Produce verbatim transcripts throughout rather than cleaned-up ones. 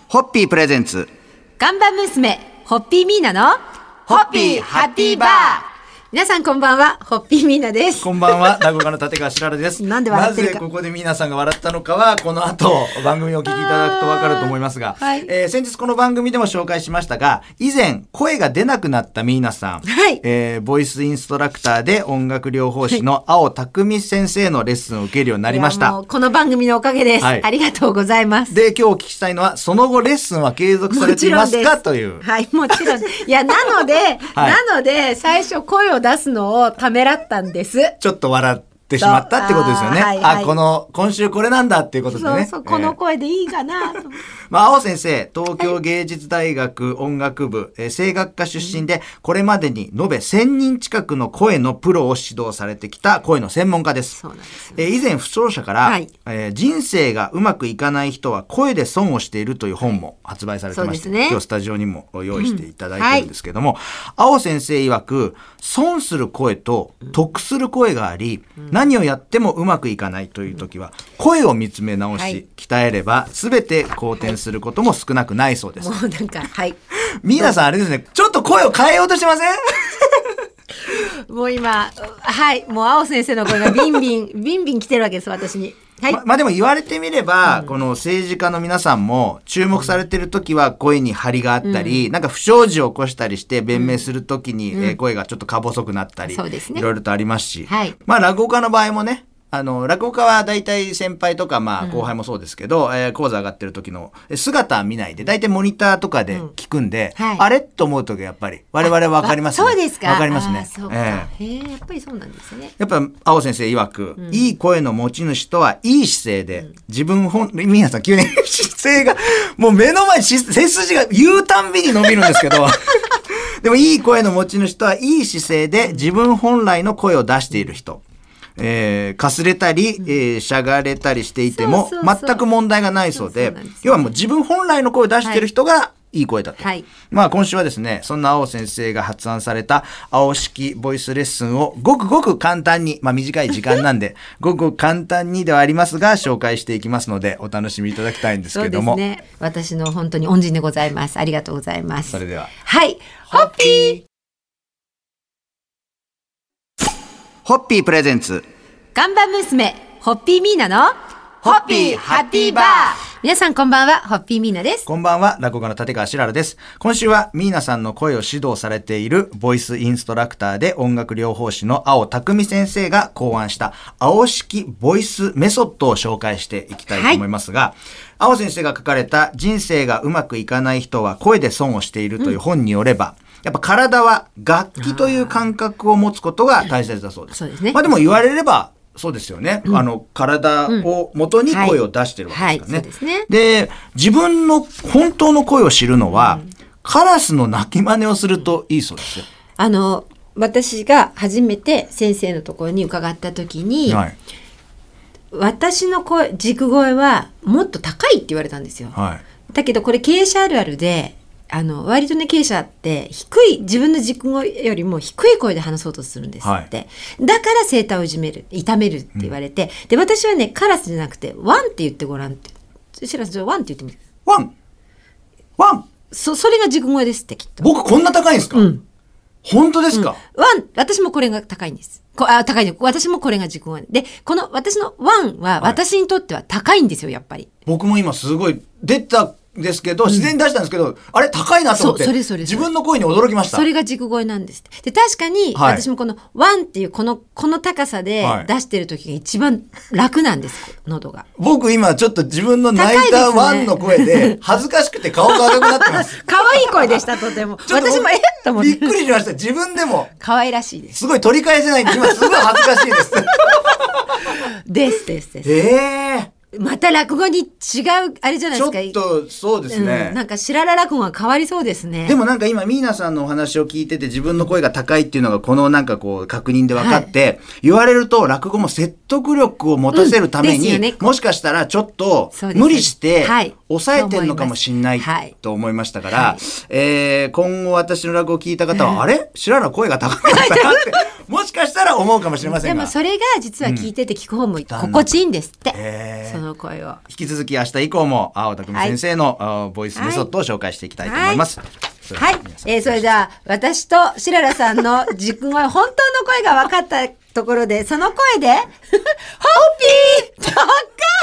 ホッピープレゼンツ看板娘ホッピーミーナのホッピーハッピーバー。 皆さんこんばんは、ホッピーミーナです。 こんばんは、落語家の立川しららです。 なんで笑ってるか。 なぜここで皆さんが笑ったのかはこの後番組をお聞きいただくと分かると思いますが、 はいえー、先日この番組でも紹介しましたが、以前声が出なくなったミーナさん、 はいえー、ボイスインストラクターで音楽療法士の青匠先生のレッスンを受けるようになりました。 いやもうこの番組のおかげです、 はい、 ありがとうございます。 で、今日お聞きしたいのはその後レッスンは継続されていますかという。 はい、もちろん。いや、なので、はい、なので最初声を出すのをためらったんです。 ちょっと笑ってしまったってことですよね。あ、はいはい、あ、この今週これなんだっていうことでね。 そうそう、この声でいいかなと。 まあ、青先生、東京芸術大学音楽部、はい、声楽科出身で、これまでに延べせんにん近くの声のプロを指導されてきた声の専門家です。 そうなんですよ、 えー、以前、不聴者から、はい、えー、人生がうまくいかない人は声で損をしているという本も発売されてまして、はい、ね、今日スタジオにも用意していただいてるんですけども、うん、はい、青先生曰く、損する声と得する声があり、うん、何をやってもうまくいかないという時は、声を見つめ直し、はい、鍛えれば全て好転することも少なくないそうです。 もうなんか、はい。 ミーナさんあれですね、ちょっと声を変えようとしません？ もう今、はい、もう青先生の声がビンビン、ビンビン来てるわけです、私に。はい。 ま、まあでも言われてみれば、うん、この政治家の皆さんも注目されてる時は声に張りがあったり、うん、なんか不祥事を起こしたりして弁明する時に、うん、えー、声がちょっとか細くなったり、そうですね、いろいろとありますし、はい、まあ落語家の場合もね、あの落語家は大体先輩とかまあ後輩もそうですけど、うん、えー、講座上がってる時の姿は見ないで大体モニターとかで聞くんで、うん、はい、あれと思う時はやっぱり我々は分かりますね。 そうですか。 分かりますね。 そうか、えー、へえ、やっぱりそうなんですね。 やっぱ青先生曰く、うん、いい声の持ち主とはいい姿勢で、うん、自分本皆さん急に姿勢がもう目の前背筋が言うたんびに伸びるんですけどでもいい声の持ち主とはいい姿勢で自分本来の声を出している人、えー、かすれたり、えー、しゃがれたりしていてもそうそうそう、全く問題がないそうで、そうそう、要はもう自分本来の声を出している人がいい声だと、はい、まあ今週はですね、そんな青先生が発案された青式ボイスレッスンをごくごく簡単に、まあ短い時間なんでごくごく簡単にではありますが紹介していきますのでお楽しみいただきたいんですけども。 そうですね、私の本当に恩人でございます。ありがとうございます。 それでは、 はい、ホッピーホッピープレゼンツ看板娘ホッピーミーナのホッピーハッピーバー。 皆さんこんばんは、ホッピーミーナです。 こんばんは、落語家の立川しららです。今週はミーナさんの声を指導されているボイスインストラクターで音楽療法士の青匠先生が考案した青式ボイスメソッドを紹介していきたいと思いますが、はい、青先生が書かれた人生がうまくいかない人は声で損をしているという本によれば、うん、やっぱ体は楽器という感覚を持つことが大切だそうです。 そうですね。 まあでも言われればそうですよね、うん、あの体を元に声を出してるわけですからね、うん、はいはい、そうですね。で、自分の本当の声を知るのは、うん、カラスの鳴き真似をするといいそうですよ。 あの私が初めて先生のところに伺った時に、はい、私の声、軸声はもっと高いって言われたんですよ、はい、だけどこれ経営者あるあるで、あの割とね、経営者って低い、自分の軸声よりも低い声で話そうとするんですって、はい、だから声帯をいじめる、痛めるって言われて、うん、で私はね、カラスじゃなくてワンって言ってごらんって、しらすワンって言ってみて、 ワンワン、 そそれが軸声ですって、きっと。 僕こんな高いんですか？うん、本当ですか？ うん、ワン、私もこれが高いんです。こあ高いね、私もこれが軸声で、この私のワンは私にとっては高いんですよ、やっぱり。 僕も今すごい出たですけど、自然に出したんですけど、うん、あれ高いなと思って、それそれそれ自分の声に驚きました。 それが軸声なんです。で、確かに、はい、私もこのワンっていうこのこの高さで出してる時が一番楽なんです、喉が。 僕今ちょっと自分の泣いたワンの声で恥ずかしくて顔が赤くなってます。 可愛い声でしたとても。私もえっと思って。 びっくりしました。自分でも可愛らしいです。 すごい取り返せないんで今すごい恥ずかしいです。 ですですです。 えー。 また落語に違うあれじゃないですか。 ちょっとそうですね、 うん、なんか白良落語が変わりそうですね。 でもなんか今ミーナさんのお話を聞いてて、自分の声が高いっていうのがこのなんかこう確認で分かって、はい、言われると落語も説得力を持たせるために、うんね、もしかしたらちょっと無理して抑えてるのかもしれないと思いましたから、はい、えー、今後私の落語を聞いた方は、うん、あれ白良声が高かったなってもしかしたら思うかもしれませんが、 でもそれが実は聞いてて聞く方も心地いいんですって、うん、その声を引き続き明日以降も青田組先生の、はい、ボイスメソッドを紹介していきたいと思います。 はい、はい、えー、それでは私と白良さんの軸声本当の声が分かったところで、その声でホッピー高っ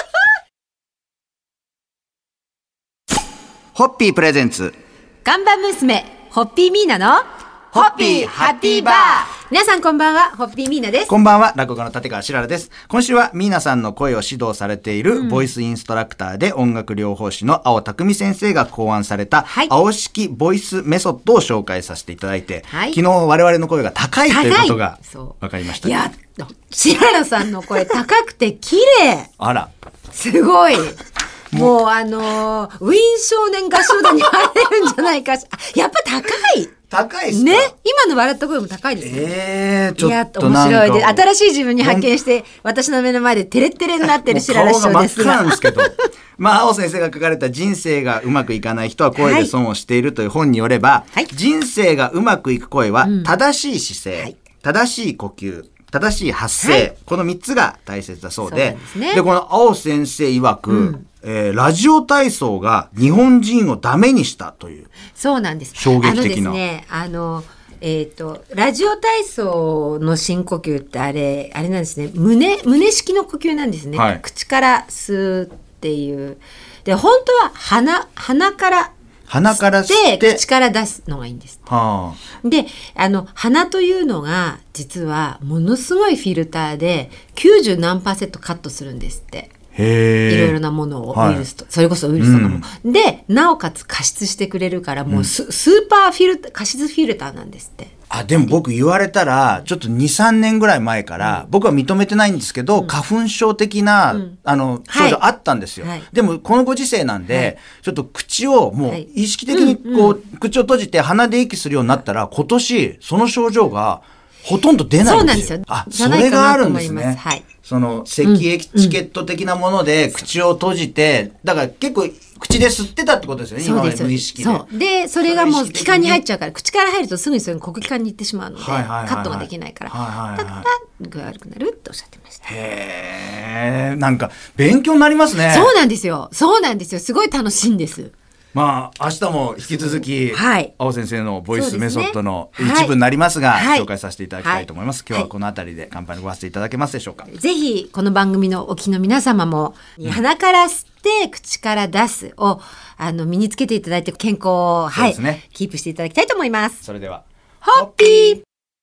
ホッピープレゼンツ看板娘ホッピーミーナのホッピーハッピーバー。皆さんこんばんは、ホッピーミーナです。 こんばんは、落語家の立川しららです。今週はミーナさんの声を指導されているボイスインストラクターで音楽療法士の青匠先生が考案された、はい、青式ボイスメソッドを紹介させていただいて、はい、昨日我々の声が高いということが分かりました。 いや、しららさんの声高くて綺麗あら、 すごいもうあのー、ウィーン少年合唱団に入れるんじゃないかしやっぱ高い高いっすかね。今の笑った声も高いですね。 えー、ちょっと面白いで、新しい自分に発見して私の目の前でテレッテレになってる白良師匠ですが、 顔が真っ赤なんですけどまあ青先生が書かれた人生がうまくいかない人は声で損をしているという本によれば、はい、人生がうまくいく声は正しい姿勢、うんはい、正しい呼吸、正しい発声、はい、このみっつが大切だそう で, そうで、ね、でこの青先生曰く、うん、えー、ラジオ体操が日本人をダメにしたという。 そうなんです。 衝撃的な。あのですね、あのえっ、ー、とラジオ体操の深呼吸ってあれあれなんですね。胸胸式の呼吸なんですね。はい、口から吸うっていう。で本当は鼻鼻から鼻から吸って口から出すのがいいんです。はあ、であの鼻というのが実はものすごいフィルターできゅうじゅうなんパーセントカットするんですって。へいろいろなものを、はい、ウイルスとそれこそウイルスとかも、うん、でなおかつ加湿してくれるからもう ス,、うん、スーパーフィルター加湿フィルターなんですって。 あでも僕言われたらちょっと にさんねんぐらい前から、うん、僕は認めてないんですけど、うん、花粉症的な、うん、あの症状あったんですよ、はい、でもこのご時世なんで、はい、ちょっと口をもう意識的にこう、はいうんうん、口を閉じて鼻で息するようになったら今年その症状がほとんど出ないんですよ。そうなんですよ。あ、それがあるんですね。はい。その咳エチケット的なもので口を閉じて、うん、だから結構口で吸ってたってことですよね。今まで無意識で。 そうでそれがもう気管に入っちゃうから、口から入るとすぐにそれが国気管に行ってしまうので、はいはいはいはい、カットができないから、はいはいはい、だから具合悪くなるっておっしゃってました。 へー、なんか勉強になりますね。 そうなんですよ。そうなんですよ。すごい楽しいんです。 まあ、明日も引き続き、はい、青先生のボイスメソッドの一部になりますが、はい、紹介させていただきたいと思います、はい、今日はこのあたりで乾杯にごわせていただけますでしょうか。 ぜひこの番組のお聞きの皆様も、うん、鼻から吸って口から出すをあの身につけていただいて健康を、はい、ね、キープしていただきたいと思います。 それではホッピー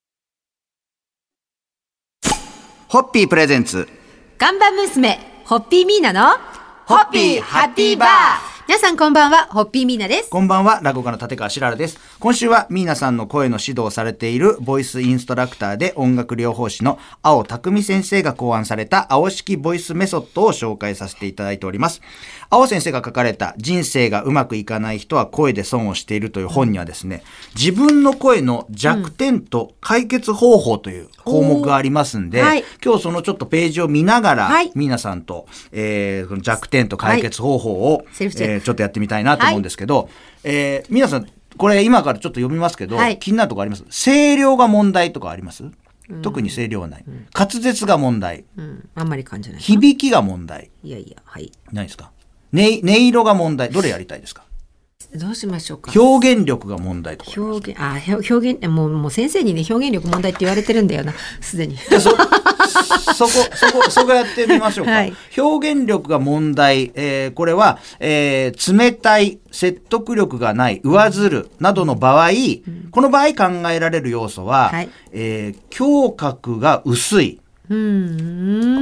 ホッピープレゼンツ看板娘ホッピーミーナのホッピーハッピーバー。皆さんこんばんは、ホッピーミーナです。 こんばんは、落語家の立川しららです。今週はミーナさんの声の指導をされているボイスインストラクターで音楽療法士の青匠先生が考案された青式ボイスメソッドを紹介させていただいております。青先生が書かれた人生がうまくいかない人は声で損をしているという本にはですね、自分の声の弱点と解決方法という項目がありますんで、はい、今日そのちょっとページを見ながら、はい、ミーナさんと、えー、その弱点と解決方法を、はい、えー、ちょっとやってみたいなと思うんですけど、はい、えー、皆さんこれ今からちょっと読みますけど、はい、気になるところあります？声量が問題とかあります？うん、特に声量はない、うん、滑舌が問題、 うん、あんまり感じない。 響きが問題。 いやいや、はい。 何ですか？音色が問題。どれやりたいですか？ どうしましょうか。 表現力が問題とか。 表現、あ、表現、もう、もう先生にね、表現力問題って言われてるんだよな、すでに。 そ、そこ、そこ、そこやってみましょうか。はい、表現力が問題、えー、これは、えー、冷たい、説得力がない、上ずるなどの場合、うん、この場合考えられる要素は、はい、えー、胸郭が薄い、うん、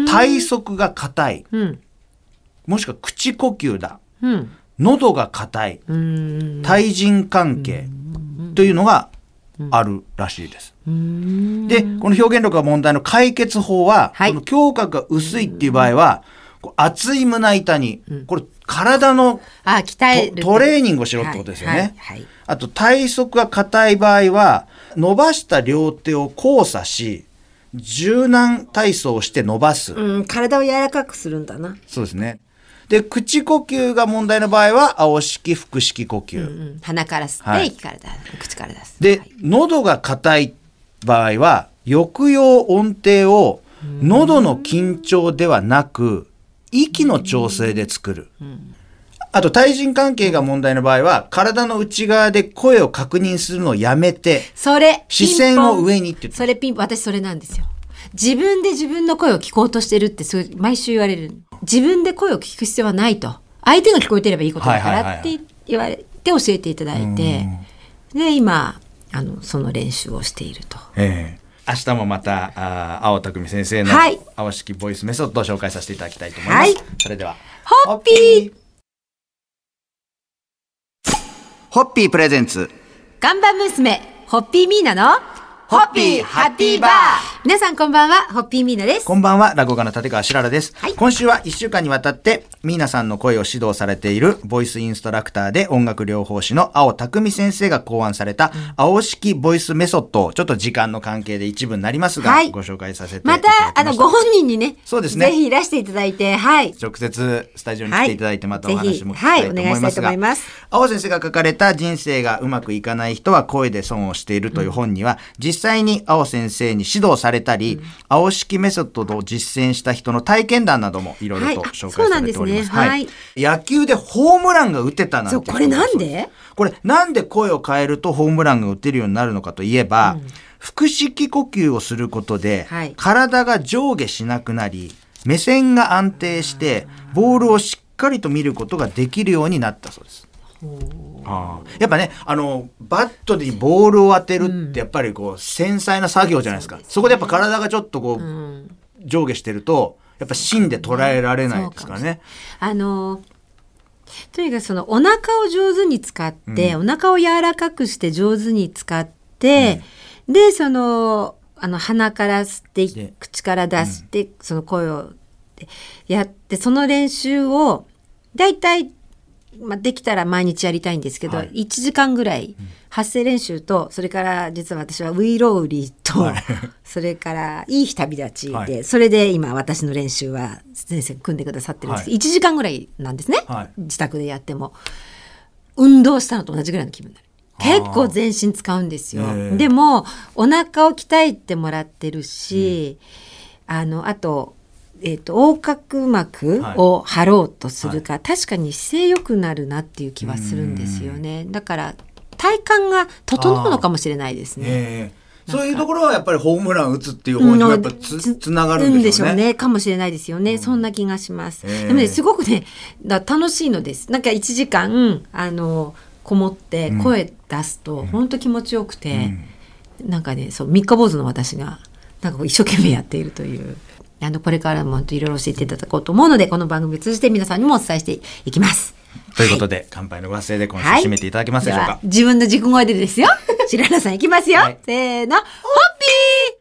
体側が硬い、うん、もしくは口呼吸だ。うん、喉が硬い、対人関係というのがあるらしいです。で、この表現力が問題の解決法は、はい、この胸郭が薄いっていう場合は、厚い胸板に、これ体のあ鍛えるトレーニングをしろってことですよね。はいはいはい、あと体側が硬い場合は、伸ばした両手を交差し、柔軟体操をして伸ばす。 うん、体を柔らかくするんだな。 そうですね。 で口呼吸が問題の場合は青式腹式呼吸、 うんうん、鼻から吸って、はい、息から出す、口から出す。 で、 はい、 喉が硬い場合は抑揚音程を喉の緊張ではなく息の調整で作る。あと対人関係が問題の場合は体の内側で声を確認するのをやめて、 それ視線を上にって言って、 それピンポン、私それなんですよ。自分で自分の声を聞こうとしてるってすごい毎週言われる。自分で声を聞く必要はないと、相手が聞こえてればいいことだからって言われて教えていただいて、で今あのその練習をしていると。 えー明日もまたあ青匠先生の青式ボイスメソッドを紹介させていただきたいと思います、はい、それではホッピーホッピープレゼンツ看板娘ホッピーミーナのホッピーハッピーバー。皆さんこんばんは、ホッピーミーナです。 こんばんは、落語家の立川しららです、はい、今週はいっしゅうかんにわたってミーナさんの声を指導されているボイスインストラクターで音楽療法士の青匠先生が考案された青式ボイスメソッドをちょっと時間の関係で一部になりますが、はい、ご紹介させていただきました。 またあのご本人にね、 そうですね、 ぜひいらしていただいて、はい、 直接スタジオに来ていただいてまたお話も聞きたいと思いますが、はい、青先生が書かれた人生がうまくいかない人は声で損をしているという本には、うん、実際に青先生に指導されたり、うん、青式メソッドを実践した人の体験談などもいろいろと紹介されております。はい、そうなんですね。はい、野球でホームランが打てたなんて。 そう、これなんで？ これなんで声を変えるとホームランが打てるようになるのかといえば、うん、腹式呼吸をすることで、はい、体が上下しなくなり、目線が安定してボールをしっかりと見ることができるようになったそうです。あやっぱね、あのバットにボールを当てるってやっぱりこう繊細な作業じゃないですか。 そ, です、ね、そこでやっぱ体がちょっとこう、うん、上下してるとやっぱ芯で捉えられないですからね。 あのとにかくそのお腹を上手に使って、うん、お腹を柔らかくして上手に使って、うん、でそのあの鼻から吸って口から出して、うん、その声をやってその練習をだいたいまあ、できたら毎日やりたいんですけど、はい、いちじかんぐらい発声練習と、それから実は私はウイロウリと、はい、それからいい日旅立ちで、はい、それで今私の練習は先生が組んでくださってるんですけど、はい、いちじかんぐらいなんですね、はい、自宅でやっても運動したのと同じぐらいの気分になる。結構全身使うんですよ。でもお腹を鍛えてもらってるし、うん、あのあとえー、と横隔膜を張ろうとするか、はい、確かに姿勢良くなるなっていう気はするんですよね。だから体幹が整うのかもしれないですね、えー、そういうところはやっぱりホームラン打つっていう方にやっぱ つ, つながるんでしょうね。 うんでしょうね。かもしれないですよね、うん、そんな気がします、えー、でもねすごくねだ楽しいのです。なんかいちじかんあのこもって声出すと本当気持ちよくて、うん、なんかねそう三日坊主の私がなんか一生懸命やっているというあのこれからもいろいろ教えていただこうと思うので、この番組を通じて皆さんにもお伝えしていきます。 ということで、はい、乾杯のご発声で今週締めていただけますでしょうか。 はい、では自分の軸声でですよ。白良さんいきますよ、はい、せーのホッピー。